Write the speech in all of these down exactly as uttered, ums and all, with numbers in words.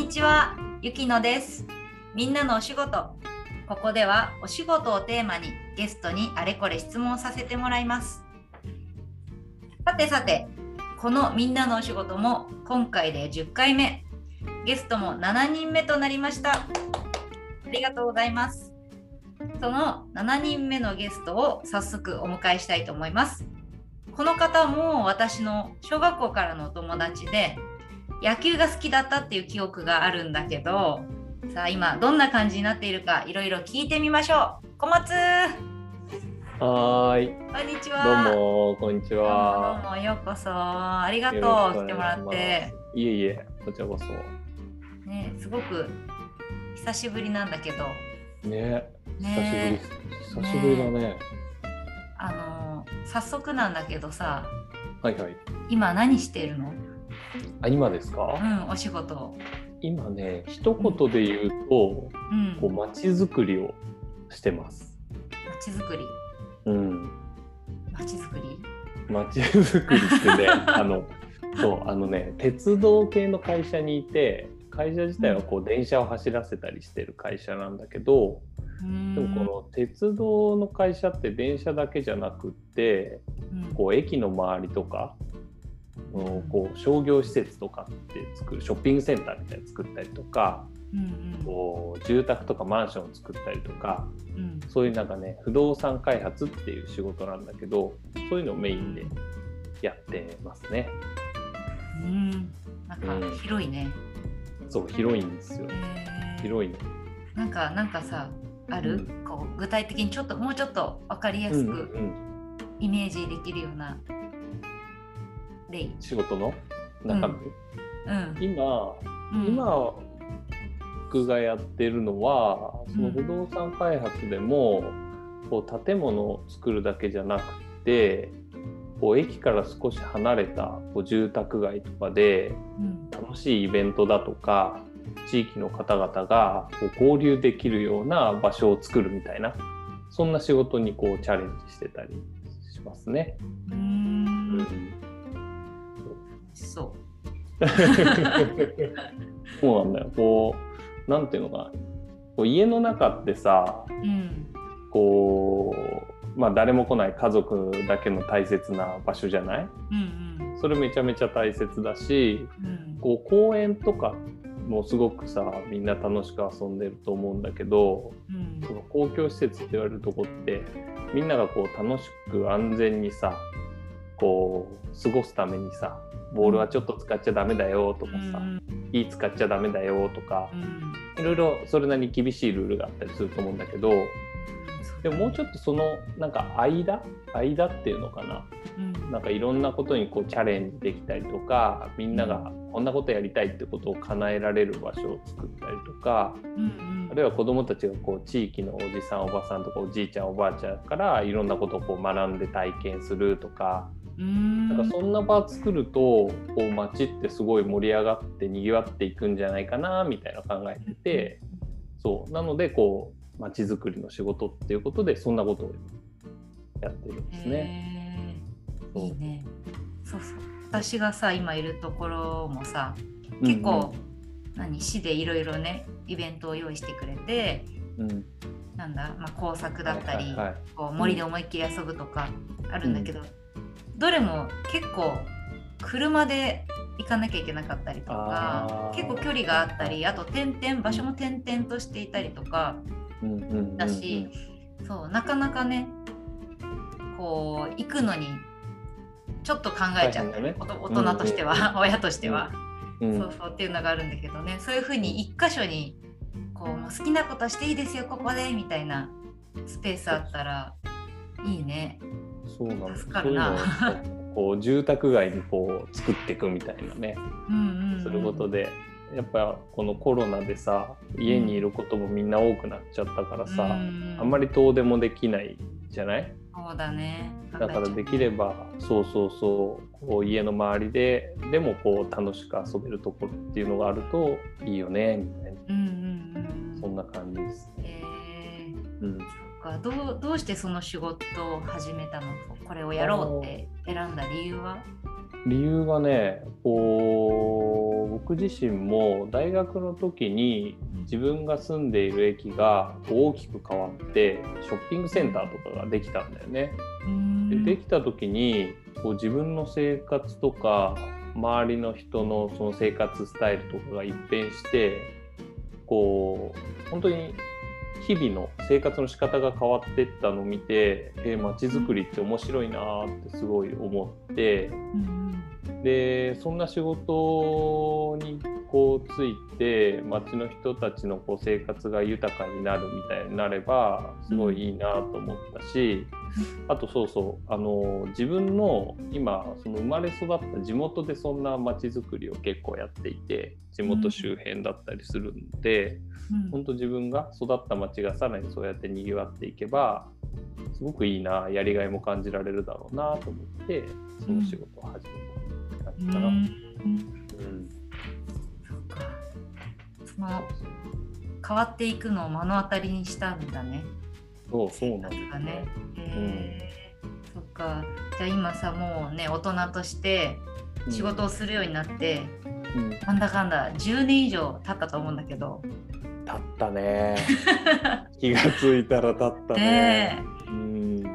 ちは、ゆきのです。みんなのお仕事。ここではお仕事をテーマにゲストにあれこれ質問させてもらいます。さてさて、このみんなのお仕事も今回でじゅっかいめ。ゲストもしちにんめとなりました。ありがとうございます。そのしちにんめのゲストを早速お迎えしたいと思います。この方も私の小学校からのお友達で、野球が好きだったっていう記憶があるんだけど、さあ今どんな感じになっているかいろいろ聞いてみましょう。小松。 はーい。 こんにちは。 どうもこんにちは。 どうもどうもようこそ。ありがとう来てもらって。 いえいえ、こちらこそ。 ね、すごく久しぶりなんだけど。 ね、 ね久しぶり、久しぶりだね。ねあの早速なんだけどさ。 はいはい。 今何してるの？ あ、今ですか？ うん、お仕事。 今ね、一言で言うと、うん、こう街づくりをしてます。 街づくり。 うん。 街づくり。 街づくりってね、あの、そうあのね、鉄道系の会社にいて、会社自体はこう電車を走らせたりしてる会社なんだけど、うん、でもこの鉄道の会社って電車だけじゃなくって、うん、こう駅の周りとか。こう商業施設とかって作るショッピングセンターみたいに作ったりとか、うんうん、こう住宅とかマンションを作ったりとか、うん、そういうなんかね不動産開発っていう仕事なんだけど、そういうのをメインでやってますね。 うん、なんか広いね、 うん、そう広いんですよ。広いね。 なんかなんかさある、うん、こう具体的にちょっともうちょっと分かりやすくイメージできるような。 仕事の中身、うんうん、今、うん、今僕がやってるのはその不動産開発でも、うん、こう建物を作るだけじゃなくてこう駅から少し離れたこう住宅街とかで楽しいイベントだとか、うん、地域の方々がこう交流できるような場所を作るみたいな、そんな仕事にこうチャレンジしてたりしますね。うーん、うんそうそうなんだよ。こうなんていうのかな、こう家の中ってさ、うん、こうまあ誰も来ない家族だけの大切な場所じゃない？うんうん、それめちゃめちゃ大切だし、うん、こう公園とかもすごくさみんな楽しく遊んでると思うんだけど、うん、その公共施設って言われるとこってみんながこう楽しく安全にさこう過ごすためにさ、ボールはちょっと使っちゃダメだよとかさ、うん、火使っちゃダメだよとか、うん、いろいろそれなりに厳しいルールがあったりすると思うんだけど、でももうちょっとそのなんか間間っていうのかな、うん、なんかいろんなことにこうチャレンジできたりとか、みんながこんなことやりたいってことを叶えられる場所を作ったりとか、うんうん、あるいは子どもたちがこう地域のおじさんおばさんとかおじいちゃんおばあちゃんからいろんなことをこう学んで体験するとか、なんかそんな場を作るとこう街ってすごい盛り上がってにぎわっていくんじゃないかなみたいな考えてて、そうなのでこう街づくりの仕事っていうことでそんなことをやってるんですね。 そういいね。そうそう。私がさ今いるところもさ結構、うんうん、何市でいろいろねイベントを用意してくれて、うん、なんだ、まあ、工作だったり、はいはいはい、こう森で思いっきり遊ぶとかあるんだけど、うん、どれも結構車で行かなきゃいけなかったりとか、結構距離があったり、あと点々場所も点々としていたりとかだし、そうなかなかねこう行くのにちょっと考えちゃう、ね、大人としては、うんうん、親としては、うん、そうそうっていうのがあるんだけどね、そういう風に一箇所にこうもう好きなことしていいですよここでみたいなスペースあったらいいね。 そうなんです。そういうのをこう住宅街にこう作っていくみたいなね、うんうんうん、することでやっぱこのコロナでさ家にいることもみんな多くなっちゃったからさ、うん、あんまり遠出もできないじゃない？ そうだね。 だからできればそうそうそうこう家の周りででもこう楽しく遊べるところっていうのがあるといいよねみたいな、うんうんうん、そんな感じですね。 へー、うん、どう、どうしてその仕事を始めたの？これをやろうって選んだ理由は？ 理由はね、こ僕自身も大学の時に自分が住んでいる駅が大きく変わってショッピングセンターとかができたんだよね。で、できた時にこう自分の生活とか周りの人のその生活スタイルとかが一変して、こう本当に日々の生活の仕方が変わっていったのを見て、えー、街づくりって面白いなってすごい思って、うん、でそんな仕事にこうついて街の人たちのこう生活が豊かになるみたいになればすごいいいなと思ったし、あとそうそうあの自分の今その生まれ育った地元でそんな街づくりを結構やっていて、地元周辺だったりするんで、うん、本当自分が育った街がさらにそうやってにぎわっていけばすごくいいな、やりがいも感じられるだろうなと思ってその仕事を始めたって感じかな。うん、うん、 そうか、その変わっていくのを目の当たりにしたんだね。 そうそうなんですかね。 へー、そっか。じゃあ今さもうね大人として仕事をするようになって、うん、なんだかんだじゅうねん以上経ったと思うんだけど。 経ったね。気がついたら経ったね。 うん、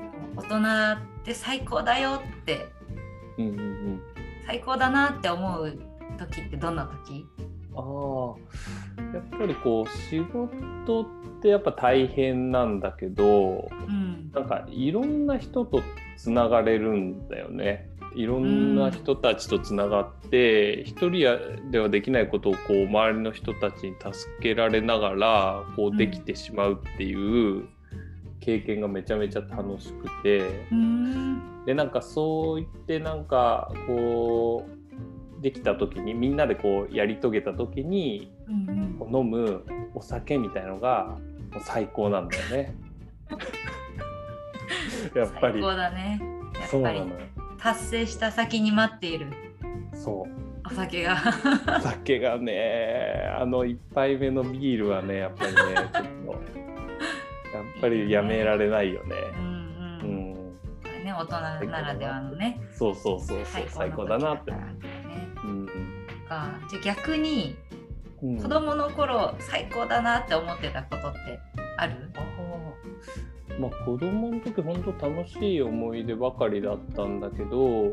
大人って最高だよって、うんうんうん、最高だなって思う時ってどんな時？ ああ、やっぱりこう仕事ってやっぱ大変なんだけど、うん、なんかいろんな人とつながれるんだよね。いろんな人たちとつながって、うん、一人ではできないことをこう周りの人たちに助けられながらこうできてしまうっていう経験がめちゃめちゃ楽しくて、うん、でなんかそう言ってなんかこうできた時にみんなでこうやり遂げた時に、うんうん、こう飲むお酒みたいのがもう最高なんだよね。やっぱり最高だね。やっぱりそうなのよ。 達成した先に待っているそうお酒がお酒がね、あの一杯目のビールはねやっぱりねちょっとやっぱりやめられないよね。うんうん、 うん、ね、大人ならではのね。 そうそうそうそう、最高だなって、ね、 うんうん、かじゃあ逆に、うん、子供の頃最高だなって思ってたことってある？あ、 まあ、子供の時本当楽しい思い出ばかりだったんだけど、うん、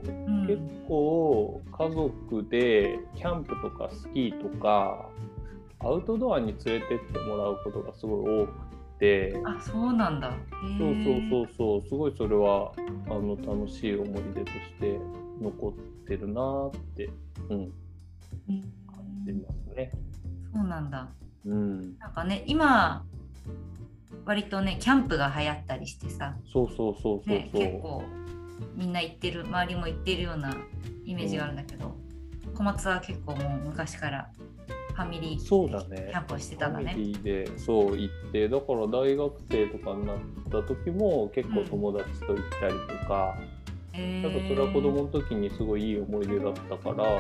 結構家族でキャンプとかスキーとかアウトドアに連れてってもらうことがすごい多くて。 あ、そうなんだ。へー。 そうそうそうそう、すごいそれはあの楽しい思い出として残ってるなって、うん、感じますね。 そうなんだ。うん、なんかね今割とねキャンプが流行ったりしてさ、 そうそうそうそうそう、ね、 結構みんな行ってる、周りも行ってるようなイメージがあるんだけど、うん、小松は結構もう昔からファミリーキャンプをしてたんだね。 ファミリーでそう行って、だから大学生とかになった時も結構友達と行ったりとか、うん、なんかそれは子供の時にすごいいい思い出だったから、うんうん、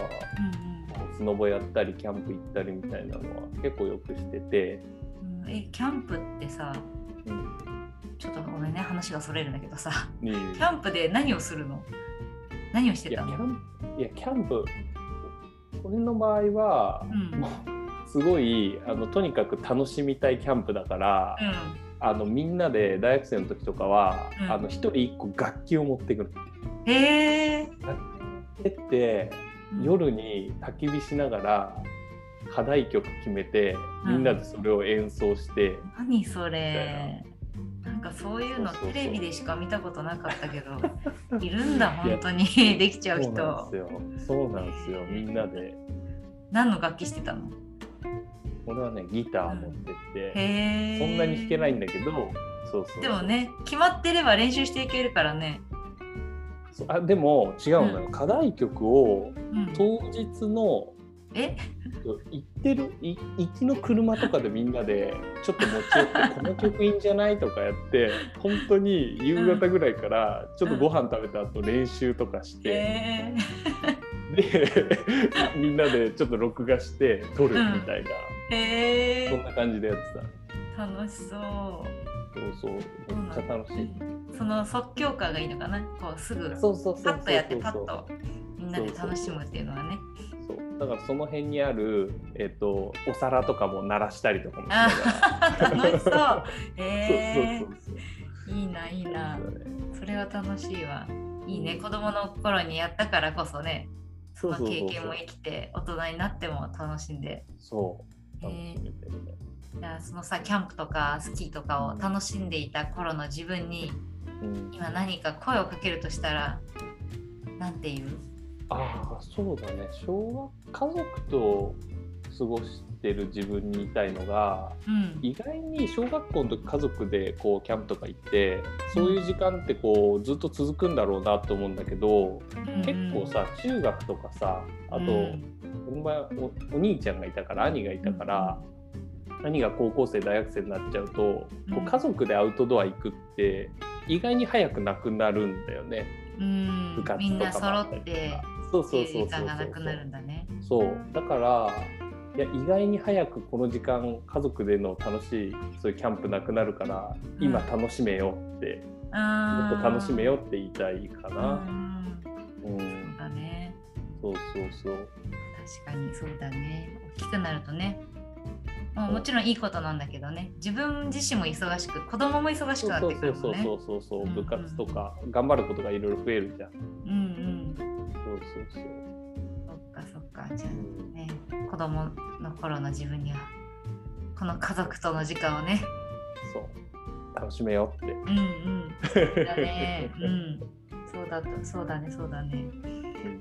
スノボやったりキャンプ行ったりみたいなのは結構よくしてて。 え、キャンプってさ、うん、ちょっとごめんね話がそれるんだけどさ、いいキャンプで何をするの？何をしてたの？ いや、キャンプ、いやキャンプこれの場合は、うん、もうすごいあのとにかく楽しみたいキャンプだから、うん、あのみんなで大学生の時とかは、うん、あの一人一個楽器を持ってくる。 へー。 楽器って、うん、夜に焚き火しながら課題曲決めてみんなでそれを演奏して、うん、 何それ、なんかそういうのテレビでしか見たことなかったけどいるんだ本当にできちゃう人。 そうなんですよ、そうなんですよ、みんなで。 何の楽器してたの？ 俺はねギター持ってって、うん、へー、そんなに弾けないんだけど、そうそうそう、 でもね決まってれば練習していけるからね。 そう、あ、でも違うのよ、うん、課題曲を当日の、 うん、え行ってる行きの車とかでみんなでちょっと持ち寄ってこの曲いいんじゃないとかやって本当に夕方ぐらいからちょっとご飯食べた後練習とかして、うん、でみんなでちょっと録画して撮るみたいな、うん、へー、そんな感じでやってた。楽しそう。 そうそう、めっちゃ楽しい。 その即興感がいいのかな、こうすぐパッとやってパッとみんなで楽しむっていうのはね。 そうだからその辺にある、えー、とお皿とかも鳴らしたりとかもしながら楽しそう。えー、 そうそうそうそういいないいな。それは楽しいわ。いいね、子供の頃にやったからこそね、その経験も生きて大人になっても楽しんで。 そう楽しんでてね。 じゃあそのさキャンプとかスキーとかを楽しんでいた頃の自分に、うん、今何か声をかけるとしたらなんて言う？ ああそうだね、小学家族と過ごしてる自分に言いたいのが、うん、意外に小学校の時家族でこうキャンプとか行ってそういう時間ってこうずっと続くんだろうなと思うんだけど、うん、結構さ中学とかさあと、うん、お, お兄ちゃんがいたから兄がいたから、うん、兄が高校生大学生になっちゃうと、こう家族でアウトドア行くって意外に早くなくなるんだよね、 うん、部活とかみんな揃ってそうそうそうそうそう時間がなくなるんだね。 そうだからいや意外に早くこの時間家族での楽しいそういうキャンプなくなるから、うん、今楽しめよって、もっと楽しめよって言いたいかな。 うん、うん、そうだね。 そうそうそう。 確かにそうだね。大きくなるとね、もうもちろんいいことなんだけどね、自分自身も忙しく子供も忙しくなってくるもんね。 そうそうそうそうそう、うんうん、部活とか頑張ることがいろいろ増えるじゃん。 うんうん。 そうそうそう。 そっかそっか。じゃあね、子供の頃の自分にはこの家族との時間をね、 そう楽しめよって。 うんうんそうだね、うん、そうだとそうだねそうだね、うん、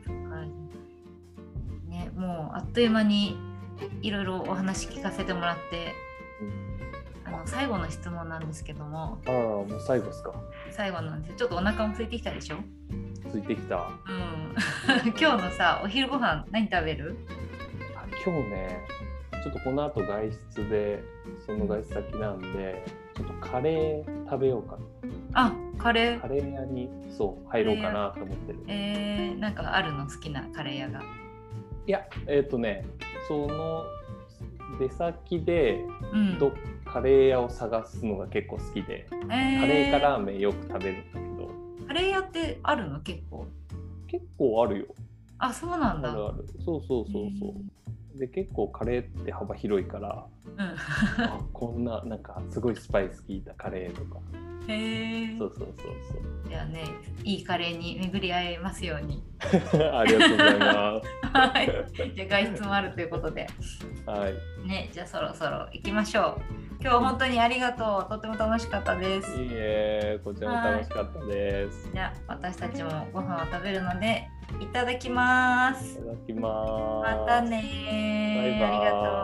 そっかね、もうあっという間にいろいろお話聞かせてもらって、うん、あの最後の質問なんですけども。 ああもう最後ですか。 最後なんです。ちょっとお腹も空いてきたでしょ。 空いてきた。 うん今日のさお昼ご飯何食べる？ あ今日ねちょっとこの後外出でその外出先なんでちょっとカレー食べようかな。 あカレーカレー屋にそう入ろうかなと思ってる。 えー、なんかあるの好きなカレー屋が？ いやえっ、ー、とねその出先でど、うん、カレー屋を探すのが結構好きで、えー、カレーかラーメンよく食べるんだけど。 カレー屋ってあるの？結構結構あるよ。 あそうなんだ。 あるある。そうそうそうそう。で結構カレーって幅広いから、うん、あこんななんかすごいスパイス効いたカレーとか。 へーそうそうそうそう。 じゃあねいいカレーに巡り合えますように。 ありがとうございます。 はい。じゃあ外出もあるということで。 はい。 ねじゃあそろそろ行きましょう。今日は本当にありがとう。とても楽しかったです。 いいえ、こちらも楽しかったです。 じゃあ私たちもご飯を食べるのでいただきます。 いただきます。 またね。 バイバイ。 ありがとう。